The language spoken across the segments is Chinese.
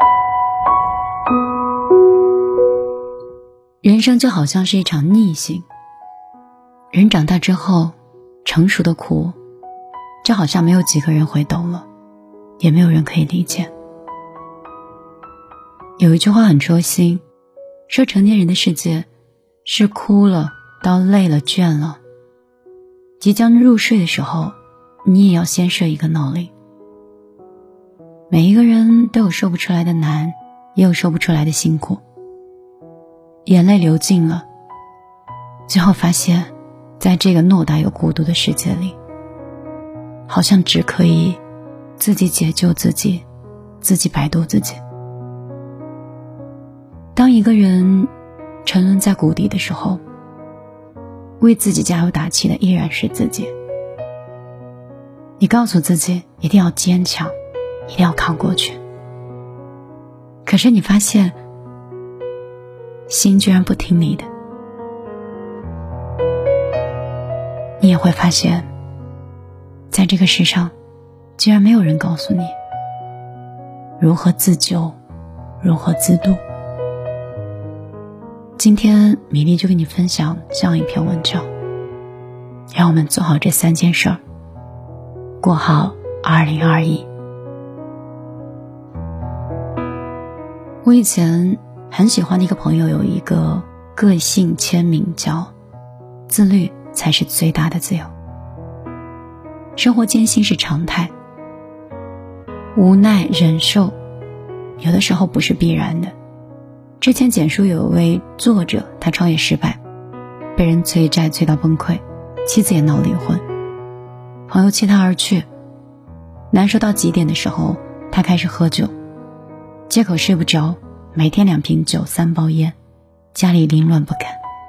人生就好像是一场逆行，人长大之后，成熟的苦就好像没有几个人会懂了，也没有人可以理解。有一句话很戳心，说成年人的世界是哭了到累了倦了，即将入睡的时候，你也要先设一个闹铃。每一个人都有说不出来的难，也有说不出来的辛苦，眼泪流尽了，最后发现在这个偌大又孤独的世界里，好像只可以自己解救自己，自己摆渡自己。当一个人沉沦在谷底的时候，为自己加油打气的依然是自己。你告诉自己一定要坚强，一定要扛过去，可是你发现心居然不听你的。你也会发现，在这个世上居然没有人告诉你如何自救，如何自渡。今天米粒就跟你分享这样一篇文章，让我们做好这3件事儿，过好2021。我以前很喜欢的一个朋友有一个个性签名叫自律才是最大的自由。生活艰辛是常态，无奈忍受有的时候不是必然的。之前简书有一位作者，他创业失败，被人催债催到崩溃，妻子也闹离婚，朋友弃他而去。难受到极点的时候，他开始喝酒，借口睡不着，每天2瓶酒3包烟，家里凌乱不堪。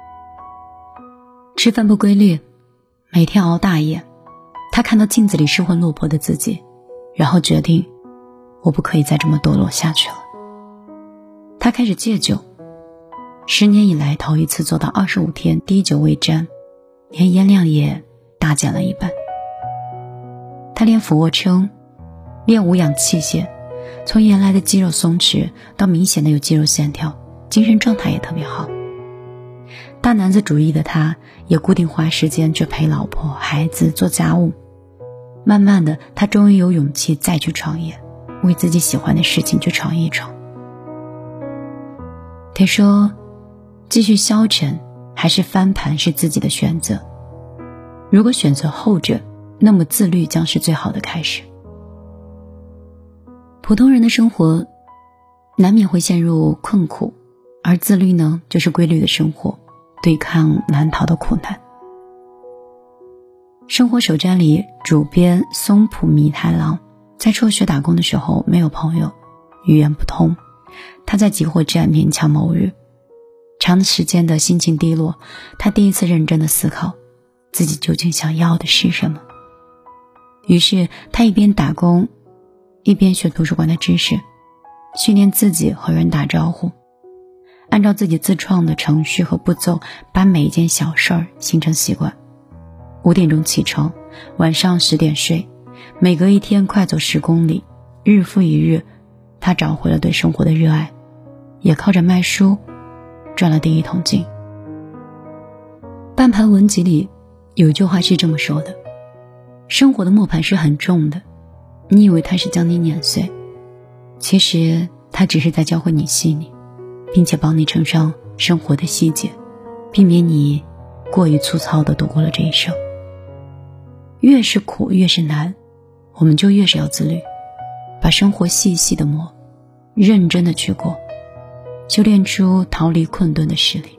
吃饭不规律，每天熬大夜。他看到镜子里失魂落魄的自己，然后决定我不可以再这么堕落下去了。他开始戒酒，10年以来头一次做到25天滴酒未沾，连烟量也大减了一半。他练俯卧撑，练无氧器械，从原来的肌肉松弛到明显的有肌肉线条，精神状态也特别好。大男子主义的他也固定花时间去陪老婆孩子做家务。慢慢的，他终于有勇气再去创业，为自己喜欢的事情去闯一闯。他说，继续消沉还是翻盘是自己的选择，如果选择后者，那么自律将是最好的开始。普通人的生活难免会陷入困苦，而自律呢，就是规律的生活，对抗难逃的苦难。生活首站里主编松浦弥太郎在辍学打工的时候没有朋友，语言不通，他在集货站勉强谋日。长时间的心情低落，他第一次认真的思考自己究竟想要的是什么。于是他一边打工一边学图书馆的知识，训练自己和人打招呼，按照自己自创的程序和步骤，把每一件小事儿形成习惯。5点钟起床，晚上10点睡，每隔1天快走10公里，日复一日，他找回了对生活的热爱，也靠着卖书赚了第一桶金。半盘文集里有一句话是这么说的，生活的磨盘是很重的，你以为它是将你碾碎，其实它只是在教会你细腻，并且帮你承上生活的细节，避免你过于粗糙地度过了这一生。越是苦越是难，我们就越是要自律，把生活细细的磨，认真的去过，修炼出逃离困顿的实力。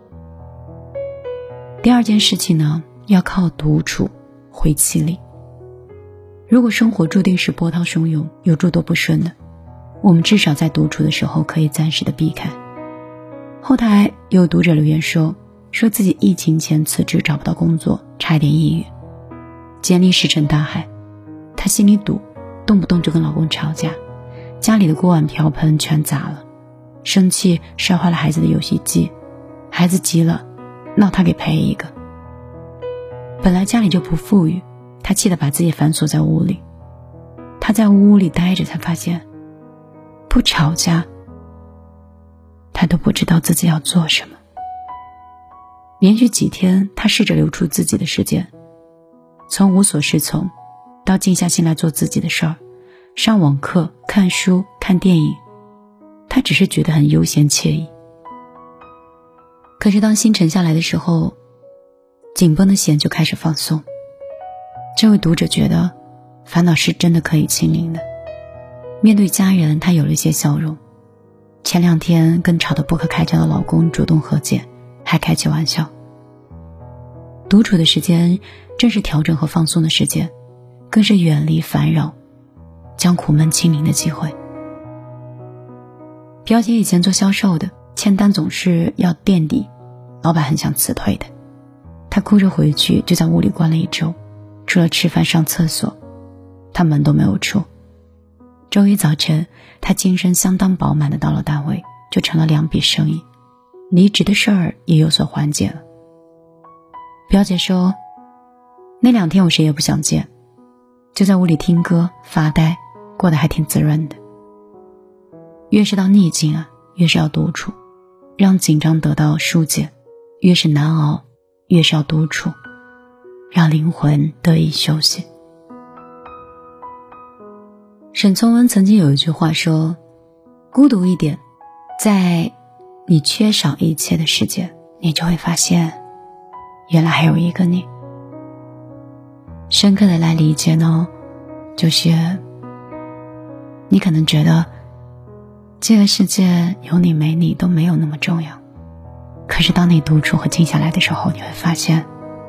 第2件事情呢，要靠独处回气力。如果生活注定是波涛汹涌，有诸多不顺的，我们至少在独处的时候可以暂时的避开。后台有读者留言说自己疫情前辞职找不到工作，差一点抑郁，简历石沉大海，她心里堵，动不动就跟老公吵架，家里的锅碗瓢盆全砸了，生气摔坏了孩子的游戏机，孩子急了闹他给赔一个。本来家里就不富裕，她气得把自己反锁在屋里。她在屋里待着才发现， 不吵架，他都不知道自己要做什么。连续几天，他试着留出自己的时间，从无所适从到静下心来做自己的事儿，上网课、看书、看电影，他只是觉得很悠闲惬意。可是当心沉下来的时候，紧绷的弦就开始放松。这位读者觉得烦恼是真的可以清零的。面对家人，他有了一些笑容。前2天跟吵得不可开交的老公主动和解，还开起玩笑。独处的时间正是调整和放松的时间，更是远离烦扰，将苦闷清零的机会。表姐以前做销售的，签单总是要垫底，老板很想辞退的。她哭着回去，就在屋里关了1周，除了吃饭上厕所，她门都没有出。周一早晨，她精神相当饱满的到了单位，就成了2笔生意，离职的事儿也有所缓解了。表姐说，那2天我谁也不想见，就在屋里听歌发呆，过得还挺滋润的。越是到逆境啊，越是要独处，让紧张得到疏解；越是难熬，越是要独处，让灵魂得以休息。沈从文曾经有一句话说，孤独一点，在你缺少一切的世界，你就会发现原来还有一个你。深刻的来理解呢，就是你可能觉得这个世界有你没你都没有那么重要，可是当你独处和静下来的时候，你会发现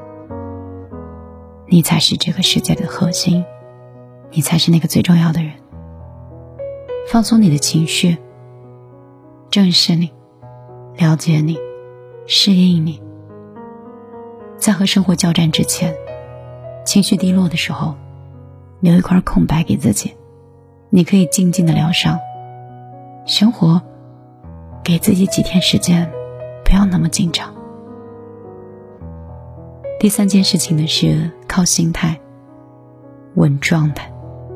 你才是这个世界的核心，你才是那个最重要的人。放松你的情绪，正视你，了解你，适应你。在和生活交战之前，情绪低落的时候，留一块空白给自己，你可以静静地疗伤。生活给自己几天时间，不要那么紧张。第3件事情呢，是靠心态稳状态。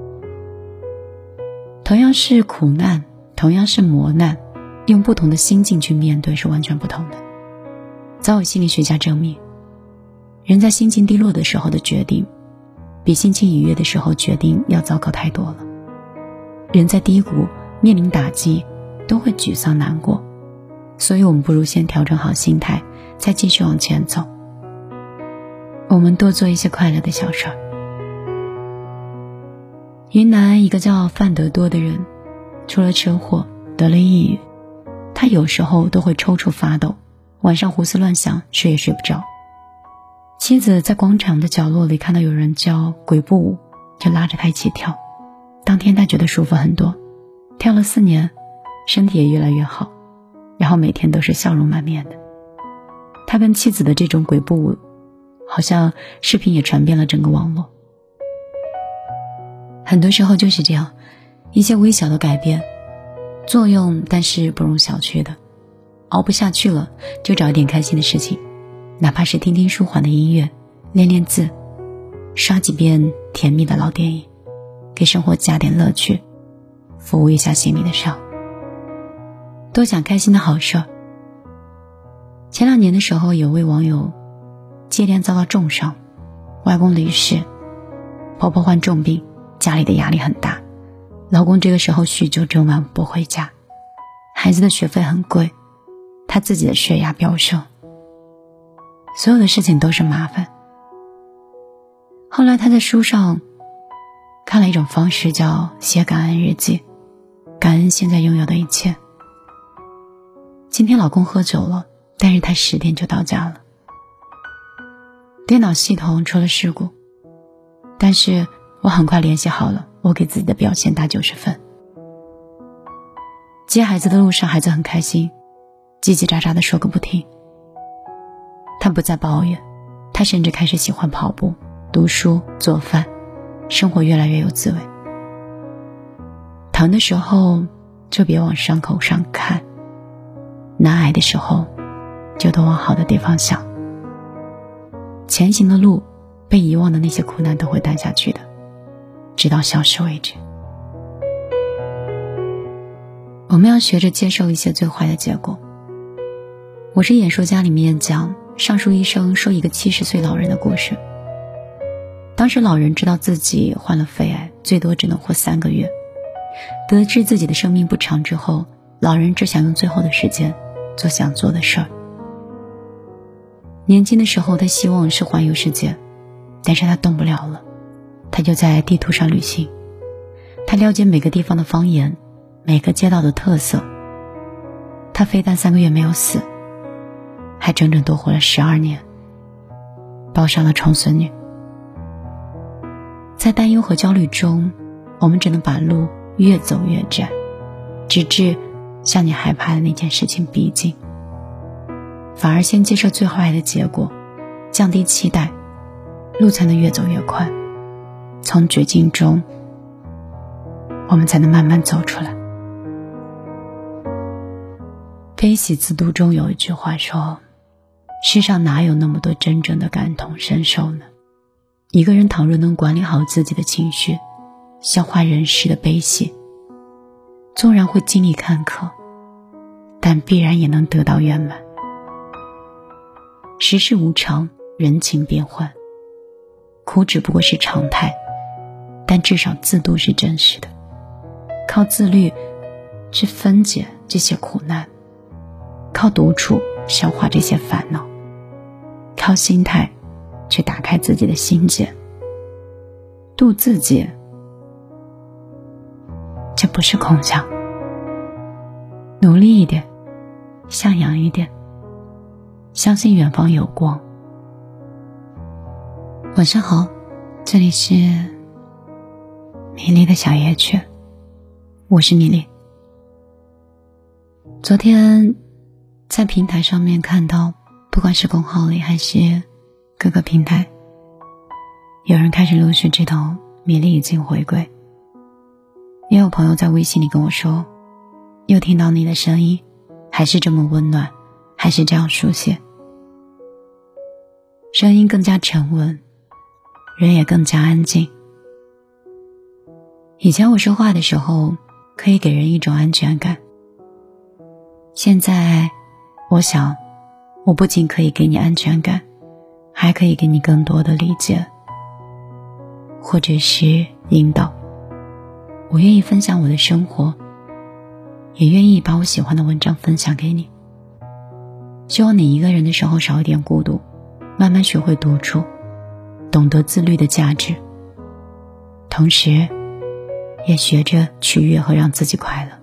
同样是苦难，同样是磨难，用不同的心境去面对是完全不同的。早有心理学家证明，人在心情低落的时候的决定，比心情愉悦的时候决定要糟糕太多了。人在低谷面临打击都会沮丧难过，所以我们不如先调整好心态，再继续往前走。我们多做一些快乐的小事儿。云南一个叫范德多的人，出了车祸得了抑郁，他有时候都会抽搐发抖，晚上胡思乱想，睡也睡不着。妻子在广场的角落里看到有人教鬼步舞，就拉着他一起跳。当天他觉得舒服很多，跳了4年，身体也越来越好，然后每天都是笑容满面的。他跟妻子的这种鬼步舞，好像视频也传遍了整个网络。很多时候就是这样，一些微小的改变，作用但是不容小觑的。熬不下去了，就找一点开心的事情，哪怕是听听舒缓的音乐，练练字，刷几遍甜蜜的老电影，给生活加点乐趣，抚慰一下心里的伤。多想开心的好事儿。前2年的时候，有位网友接连遭到重伤，外公离世，婆婆患重病，家里的压力很大，老公这个时候酗酒整晚不回家，孩子的学费很贵，他自己的血压飙升，所有的事情都是麻烦。后来他在书上看了一种方式，叫写感恩日记，感恩现在拥有的一切。今天老公喝酒了，但是他10点就到家了。电脑系统出了事故，但是我很快联系好了，我给自己的表现打90分。接孩子的路上，孩子很开心，叽叽喳喳地说个不停。他不再抱怨，他甚至开始喜欢跑步、读书、做饭，生活越来越有滋味。疼的时候就别往伤口上看，难挨的时候就都往好的地方想。前行的路，被遗忘的那些苦难都会淡下去的，直到消失为止。 我们要学着接受一些最坏的结果。我是演说家里面讲上述医生说一个70岁老人的故事。当时老人知道自己患了肺癌，最多只能活3个月。得知自己的生命不长之后，老人只想用最后的时间做想做的事儿。年轻的时候他希望是环游世界，但是他动不了了，他就在地图上旅行。他了解每个地方的方言，每个街道的特色。他非但3个月没有死，还整整多活了12年，抱上了重孙女。在担忧和焦虑中，我们只能把路越走越窄，直至向你害怕的那件事情逼近。反而先接受最坏的结果，降低期待，路才能越走越宽。从绝境中，我们才能慢慢走出来。悲喜自度中有一句话说，世上哪有那么多真正的感同身受呢？一个人倘若能管理好自己的情绪，消化人世的悲喜，纵然会经历坎坷，但必然也能得到圆满。世事无常，人情变幻，苦只不过是常态，但至少自度是真实的。靠自律去分解这些苦难，靠独处消化这些烦恼，靠心态去打开自己的心结。度自己，这不是空想。努力一点，向阳一点，相信远方有光。晚上好，这里是米粒的小夜曲，我是米粒。昨天在平台上面看到，不管是公号里还是各个平台，有人开始陆续知道米粒已经回归。也有朋友在微信里跟我说，又听到你的声音，还是这么温暖，还是这样熟悉，声音更加沉稳，人也更加安静。以前我说话的时候可以给人一种安全感，现在我想，我不仅可以给你安全感，还可以给你更多的理解，或者是引导。我愿意分享我的生活，也愿意把我喜欢的文章分享给你。希望你一个人的时候少一点孤独，慢慢学会独处，懂得自律的价值，同时也学着取悦和让自己快乐。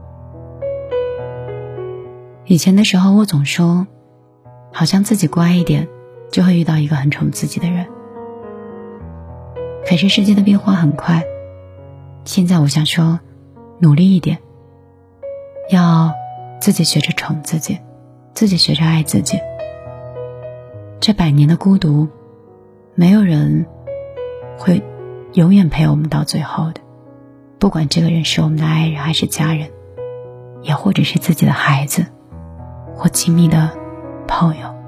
以前的时候我总说，好像自己乖一点就会遇到一个很宠自己的人。可是世界的变化很快，现在我想说，努力一点，要自己学着宠自己，自己学着爱自己。这100年的孤独，没有人会永远陪我们到最后的，不管这个人是我们的爱人还是家人，也或者是自己的孩子或亲密的朋友。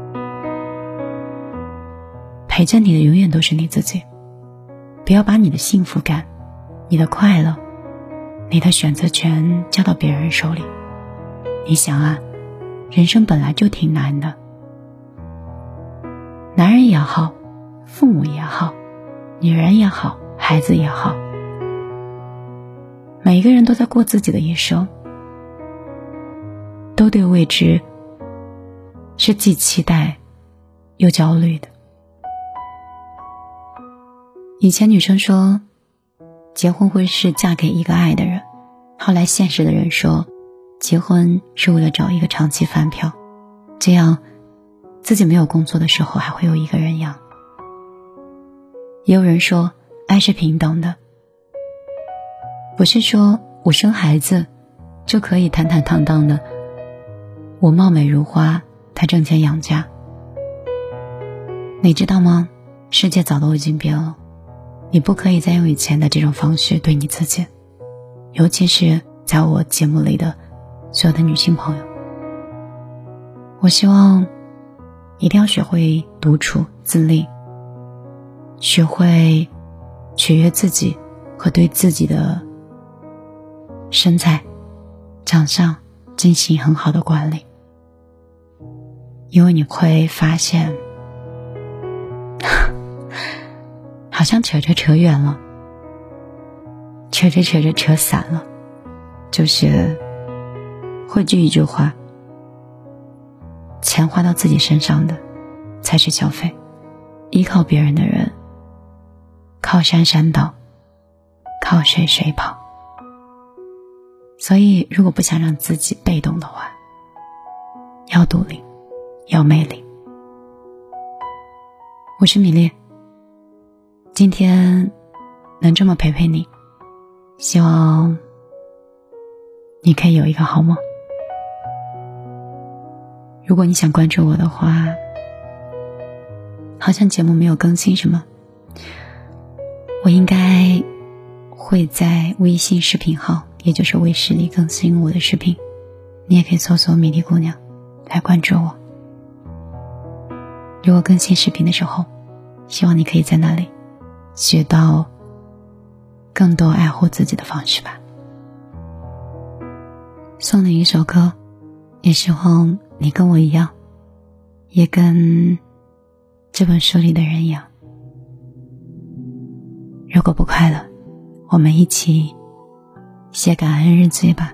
陪着你的永远都是你自己，不要把你的幸福感，你的快乐，你的选择权交到别人手里。你想啊，人生本来就挺难的，男人也好，父母也好，女人也好，孩子也好，每一个人都在过自己的一生，都对未知是既期待又焦虑的。以前女生说结婚会是嫁给一个爱的人，后来现实的人说结婚是为了找一个长期饭票，这样自己没有工作的时候还会有一个人养。也有人说爱是平等的，不是说我生孩子就可以坦坦荡荡的，我貌美如花，他挣钱养家。你知道吗？世界早都已经变了，你不可以再用以前的这种方式对你自己，尤其是在我节目里的所有的女性朋友。我希望一定要学会独处自立，学会取悦自己和对自己的身材账上进行很好的管理，因为你会发现好像扯远了，扯散了，就是汇聚一句话，钱花到自己身上的才是消费，依靠别人的人靠山倒，靠水跑。所以如果不想让自己被动的话，要独立，要魅力。我是米粒，今天能这么陪你，希望你可以有一个好梦。如果你想关注我的话，好像节目没有更新什么，我应该会在微信视频号，也就是微视里更新我的视频，你也可以搜索米粒姑娘来关注我。如果更新视频的时候，希望你可以在那里学到更多爱护自己的方式吧。送你一首歌，也希望你跟我一样，也跟这本书里的人一样，如果不快乐，我们一起写感恩日记吧。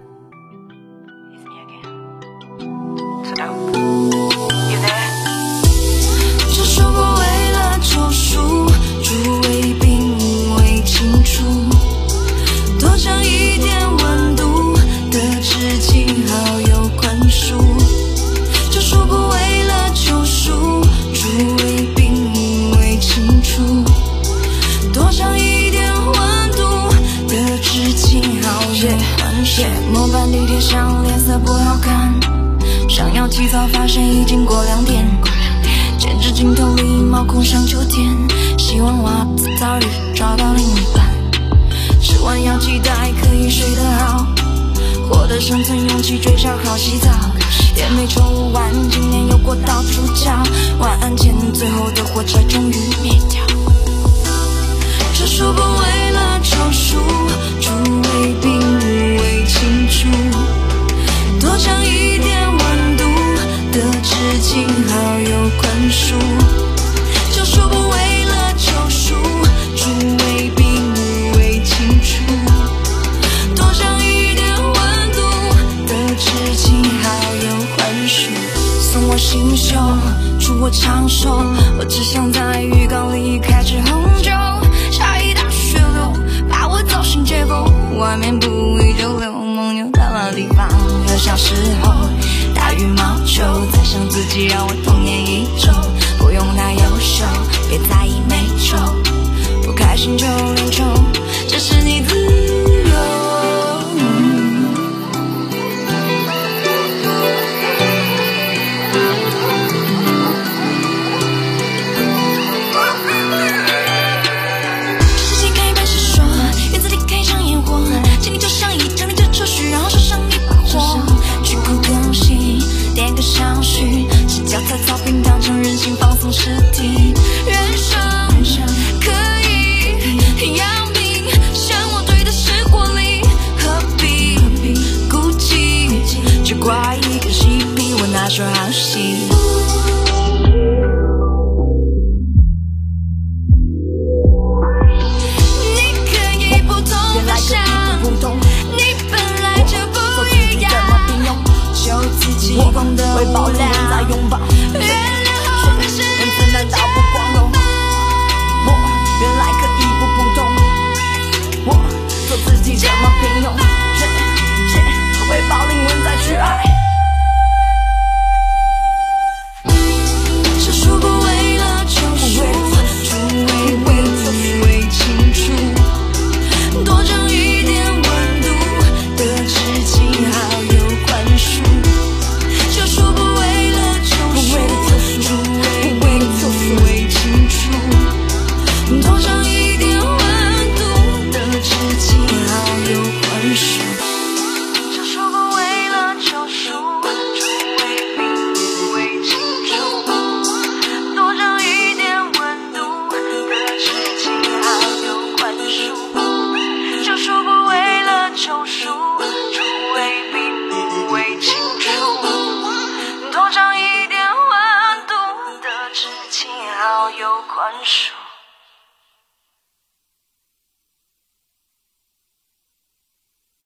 这说过为了救赎，诸位并无为清除，多尝一点温度的知情好友宽恕。这说过为了救赎，诸位并无为清除，多尝一点温度的知情好友宽恕。末班地铁上脸色不好看，想要起早发现已经过2点，剪纸镜头里毛孔像秋天，希望袜子早日找到另一半。吃完药期待可以睡得好，获得生存勇气追烧烤洗澡，也没抽完今年又过到主角，晚安前最后的火柴终于灭掉。这说不为了救赎，诸位并无为清除，多尝一点温度的知情好友宽恕。就说不为了救赎，诸位并无为清除，多尝一点温度的知情好友宽恕。送我新秀，祝我长寿，我只想在浴缸里开支红酒，下一大血流，把我走进街沟，外面不196，梦游到了地方，和小时候打羽毛球，再想自己让我童年一周，不用太优秀，别在意美丑，不开心就练球，这是你自由。事情可以办事说，院子里可以放烟火，心里就像一张着抽蓄，然后手上一把火，去哭个东西，点个香薰，是脚踩草情好有宽恕。